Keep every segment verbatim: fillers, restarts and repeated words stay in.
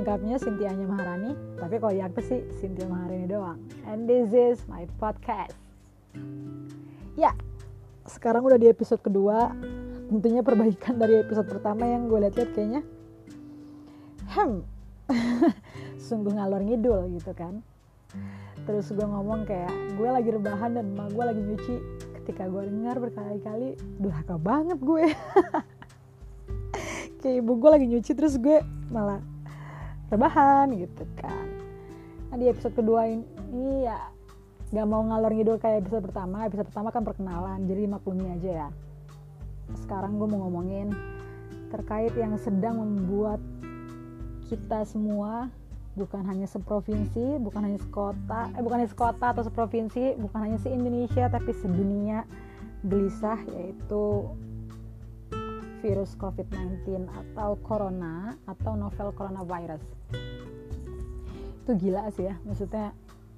lengkapnya Cynthia-nya Maharani, tapi kalau di akte sih Cynthia Maharani doang. And this is my podcast. Ya, sekarang udah di episode kedua. Tentunya perbaikan dari episode pertama yang gue lihat-lihat kayaknya hem sungguh ngalor ngidul gitu kan. Terus gue ngomong kayak gue lagi rebahan dan emak gue lagi nyuci. Ketika gue dengar berkali-kali, durhaka banget gue. Kayak ibu gue lagi nyuci terus gue malah rebahan gitu kan. Nah di episode kedua ini ya gak mau ngalor ngidul kayak episode pertama. Episode pertama kan perkenalan, jadi maklumi aja ya. Sekarang gue mau ngomongin terkait yang sedang membuat kita semua, bukan hanya seprovinsi, bukan hanya sekota, eh bukan hanya sekota atau seprovinsi, bukan hanya se-Indonesia tapi sedunia gelisah, yaitu virus covid sembilan belas atau corona atau novel coronavirus. Itu gila sih ya, maksudnya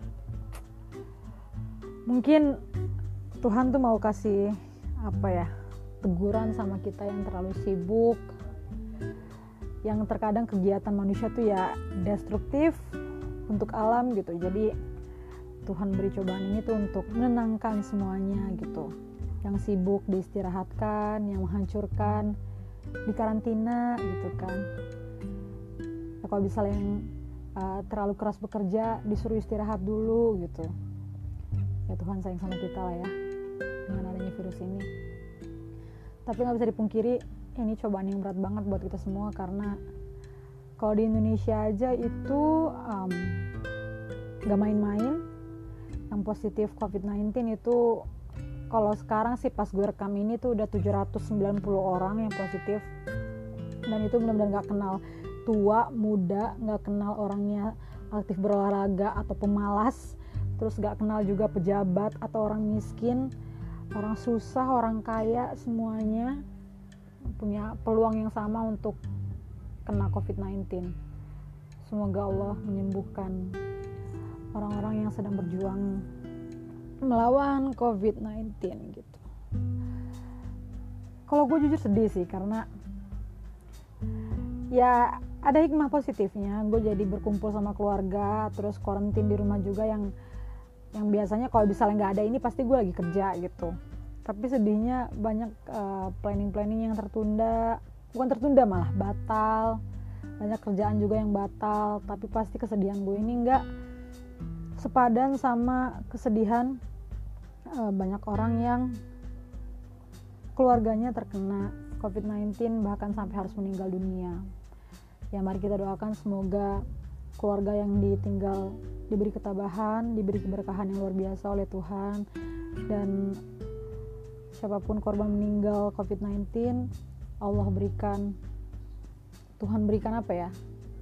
mungkin Tuhan tuh mau kasih apa ya, teguran sama kita yang terlalu sibuk, yang terkadang kegiatan manusia tuh ya destruktif untuk alam gitu. Jadi Tuhan beri cobaan ini tuh untuk menenangkan semuanya gitu. Yang sibuk diistirahatkan, yang menghancurkan dikarantina gitu kan. Ya, kalau misalnya yang uh, terlalu keras bekerja disuruh istirahat dulu gitu. Ya Tuhan sayang sama kita lah ya dengan adanya virus ini. Tapi nggak bisa dipungkiri ini cobaan yang berat banget buat kita semua, karena kalau di Indonesia aja itu um, gak main-main. Yang positif covid sembilan belas itu kalau sekarang sih pas gue rekam ini tuh udah tujuh ratus sembilan puluh orang yang positif, dan itu benar-benar gak kenal tua, muda, gak kenal orangnya aktif berolahraga atau pemalas, terus gak kenal juga pejabat atau orang miskin, orang susah, orang kaya, semuanya punya peluang yang sama untuk kena covid sembilan belas. Semoga Allah menyembuhkan orang-orang yang sedang berjuang melawan covid sembilan belas gitu. Kalau gue jujur sedih sih, karena ya ada hikmah positifnya. Gue jadi berkumpul sama keluarga, terus karantin di rumah juga, yang yang biasanya kalau misalnya nggak ada ini pasti gue lagi kerja gitu. Tapi sedihnya banyak uh, planning-planning yang tertunda, bukan tertunda malah batal. Banyak kerjaan juga yang batal, tapi pasti kesedihan gue ini nggak sepadan sama kesedihan uh, banyak orang yang keluarganya terkena covid sembilan belas bahkan sampai harus meninggal dunia. Ya mari kita doakan semoga keluarga yang ditinggal diberi ketabahan, diberi keberkahan yang luar biasa oleh Tuhan, dan siapapun korban meninggal covid sembilan belas, Allah berikan, Tuhan berikan apa ya,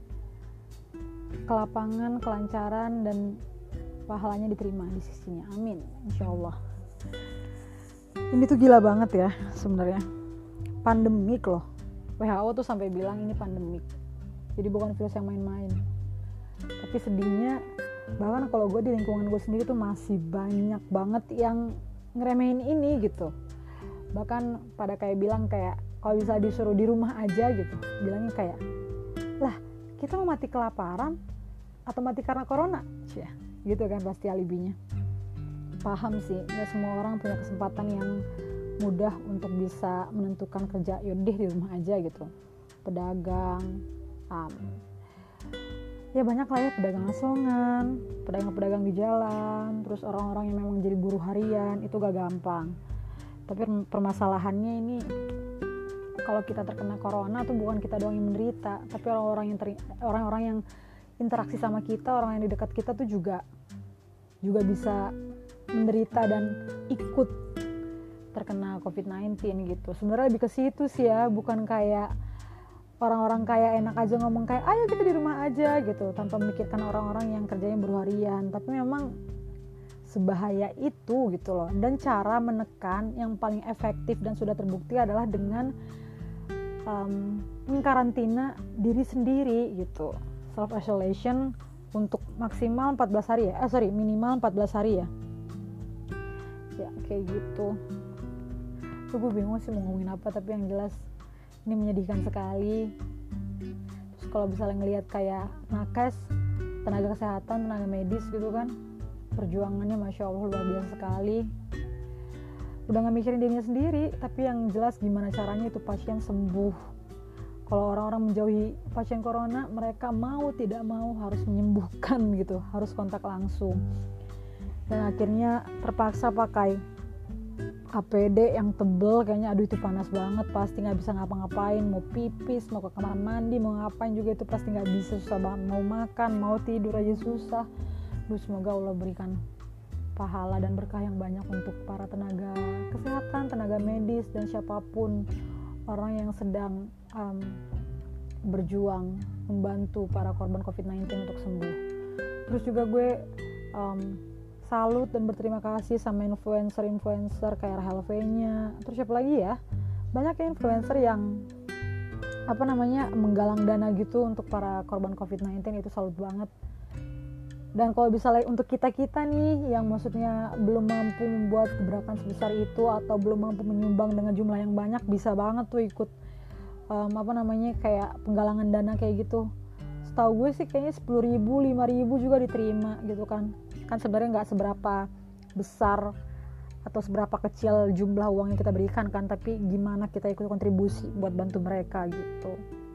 kelapangan, kelancaran, dan pahalanya diterima di sisinya. Amin, insya Allah. Ini tuh gila banget ya sebenarnya, pandemik loh. W H O tuh sampai bilang ini pandemik, jadi bukan virus yang main-main. Tapi sedihnya, bahkan kalau gue di lingkungan gue sendiri tuh masih banyak banget yang ngeremehin ini gitu. Bahkan pada kayak bilang kayak kalau bisa disuruh di rumah aja gitu, bilangnya kayak, lah kita mau mati kelaparan atau mati karena corona? Cia, gitu kan pasti alibinya. Paham sih, nggak semua orang punya kesempatan yang mudah untuk bisa menentukan kerja, yaudah di rumah aja gitu. Pedagang, um, ya banyak lah ya, pedagang asongan, pedagang-pedagang di jalan, terus orang-orang yang memang jadi buruh harian, itu gak gampang. Tapi permasalahannya ini, kalau kita terkena corona tuh bukan kita doang yang menderita, tapi orang-orang yang ter- orang-orang yang interaksi sama kita, orang yang di dekat kita tuh juga juga bisa menderita dan ikut terkena covid sembilan belas gitu. Sebenarnya lebih ke situ sih ya, bukan kayak orang-orang kaya enak aja ngomong kayak ayo kita di rumah aja gitu tanpa memikirkan orang-orang yang kerjanya berharian. Tapi memang sebahaya itu gitu loh. Dan cara menekan yang paling efektif dan sudah terbukti adalah dengan um, mengkarantina diri sendiri gitu, self isolation untuk maksimal empat belas hari ya, eh sorry minimal empat belas hari ya. Ya kayak gitu. Tuh gue bingung sih mau ngomongin apa, tapi yang jelas ini menyedihkan sekali. Terus kalau misalnya ngelihat kayak nakes, tenaga kesehatan, tenaga medis gitu kan, perjuangannya masya Allah luar biasa sekali. Udah gak mikirin dirinya sendiri, tapi yang jelas gimana caranya itu pasien sembuh. Kalau orang-orang menjauhi pasien corona, mereka mau tidak mau harus menyembuhkan gitu, harus kontak langsung. Dan akhirnya terpaksa pakai A P D yang tebel, kayaknya aduh itu panas banget, pasti nggak bisa ngapa-ngapain, mau pipis, mau ke kamar mandi, mau ngapain juga itu pasti nggak bisa, susah banget, mau makan, mau tidur aja susah. Duh, semoga Allah berikan pahala dan berkah yang banyak untuk para tenaga kesehatan, tenaga medis, dan siapapun orang yang sedang um, berjuang membantu para korban covid sembilan belas untuk sembuh. Terus juga gue um, salut dan berterima kasih sama influencer-influencer kayak Rahel V-nya, terus siapa lagi ya, banyak ya influencer yang apa namanya menggalang dana gitu untuk para korban covid sembilan belas, itu salut banget. Dan kalau bisa untuk kita-kita nih yang maksudnya belum mampu membuat gerakan sebesar itu atau belum mampu menyumbang dengan jumlah yang banyak, bisa banget tuh ikut um, apa namanya kayak penggalangan dana kayak gitu. Setahu gue sih kayaknya sepuluh ribu, lima ribu juga diterima gitu kan. Kan sebenarnya nggak seberapa besar atau seberapa kecil jumlah uang yang kita berikan kan, tapi gimana kita ikut kontribusi buat bantu mereka gitu.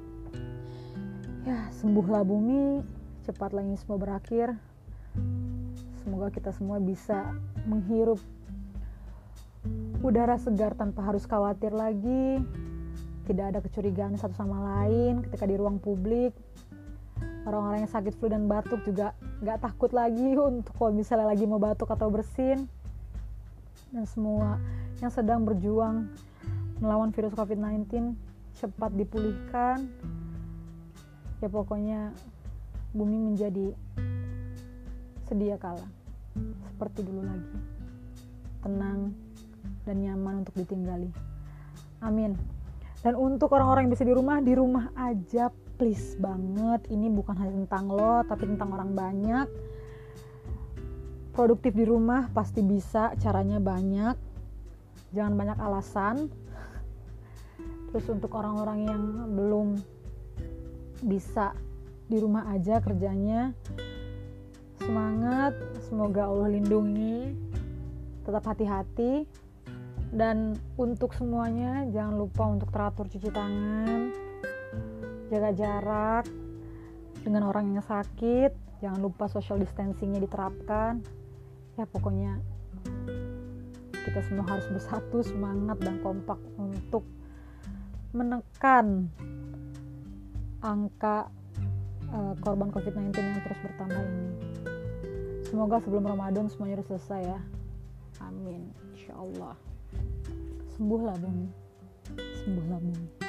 Ya, sembuhlah bumi, cepatlah ini semua berakhir. Semoga kita semua bisa menghirup udara segar tanpa harus khawatir lagi, tidak ada kecurigaan satu sama lain ketika di ruang publik. Orang-orang yang sakit flu dan batuk juga gak takut lagi untuk kalau misalnya lagi mau batuk atau bersin. Dan semua yang sedang berjuang melawan virus covid sembilan belas cepat dipulihkan. Ya pokoknya bumi menjadi sedia kala seperti dulu lagi, tenang dan nyaman untuk ditinggali. Amin. Dan untuk orang-orang yang bisa di rumah, di rumah aja please banget. Ini bukan hanya tentang lo, tapi tentang orang banyak. Produktif di rumah pasti bisa, caranya banyak. Jangan banyak alasan. Terus untuk orang-orang yang belum bisa di rumah aja kerjanya, semangat, semoga Allah lindungi, tetap hati-hati. Dan untuk semuanya jangan lupa untuk teratur cuci tangan, jaga jarak dengan orang yang sakit, jangan lupa social distancingnya diterapkan. Ya pokoknya kita semua harus bersatu, semangat dan kompak untuk menekan angka uh, korban covid sembilan belas yang terus bertambah ini. Semoga sebelum Ramadan semuanya harus selesai ya. Amin, insyaallah. Sembuhlah bumi, sembuhlah bumi.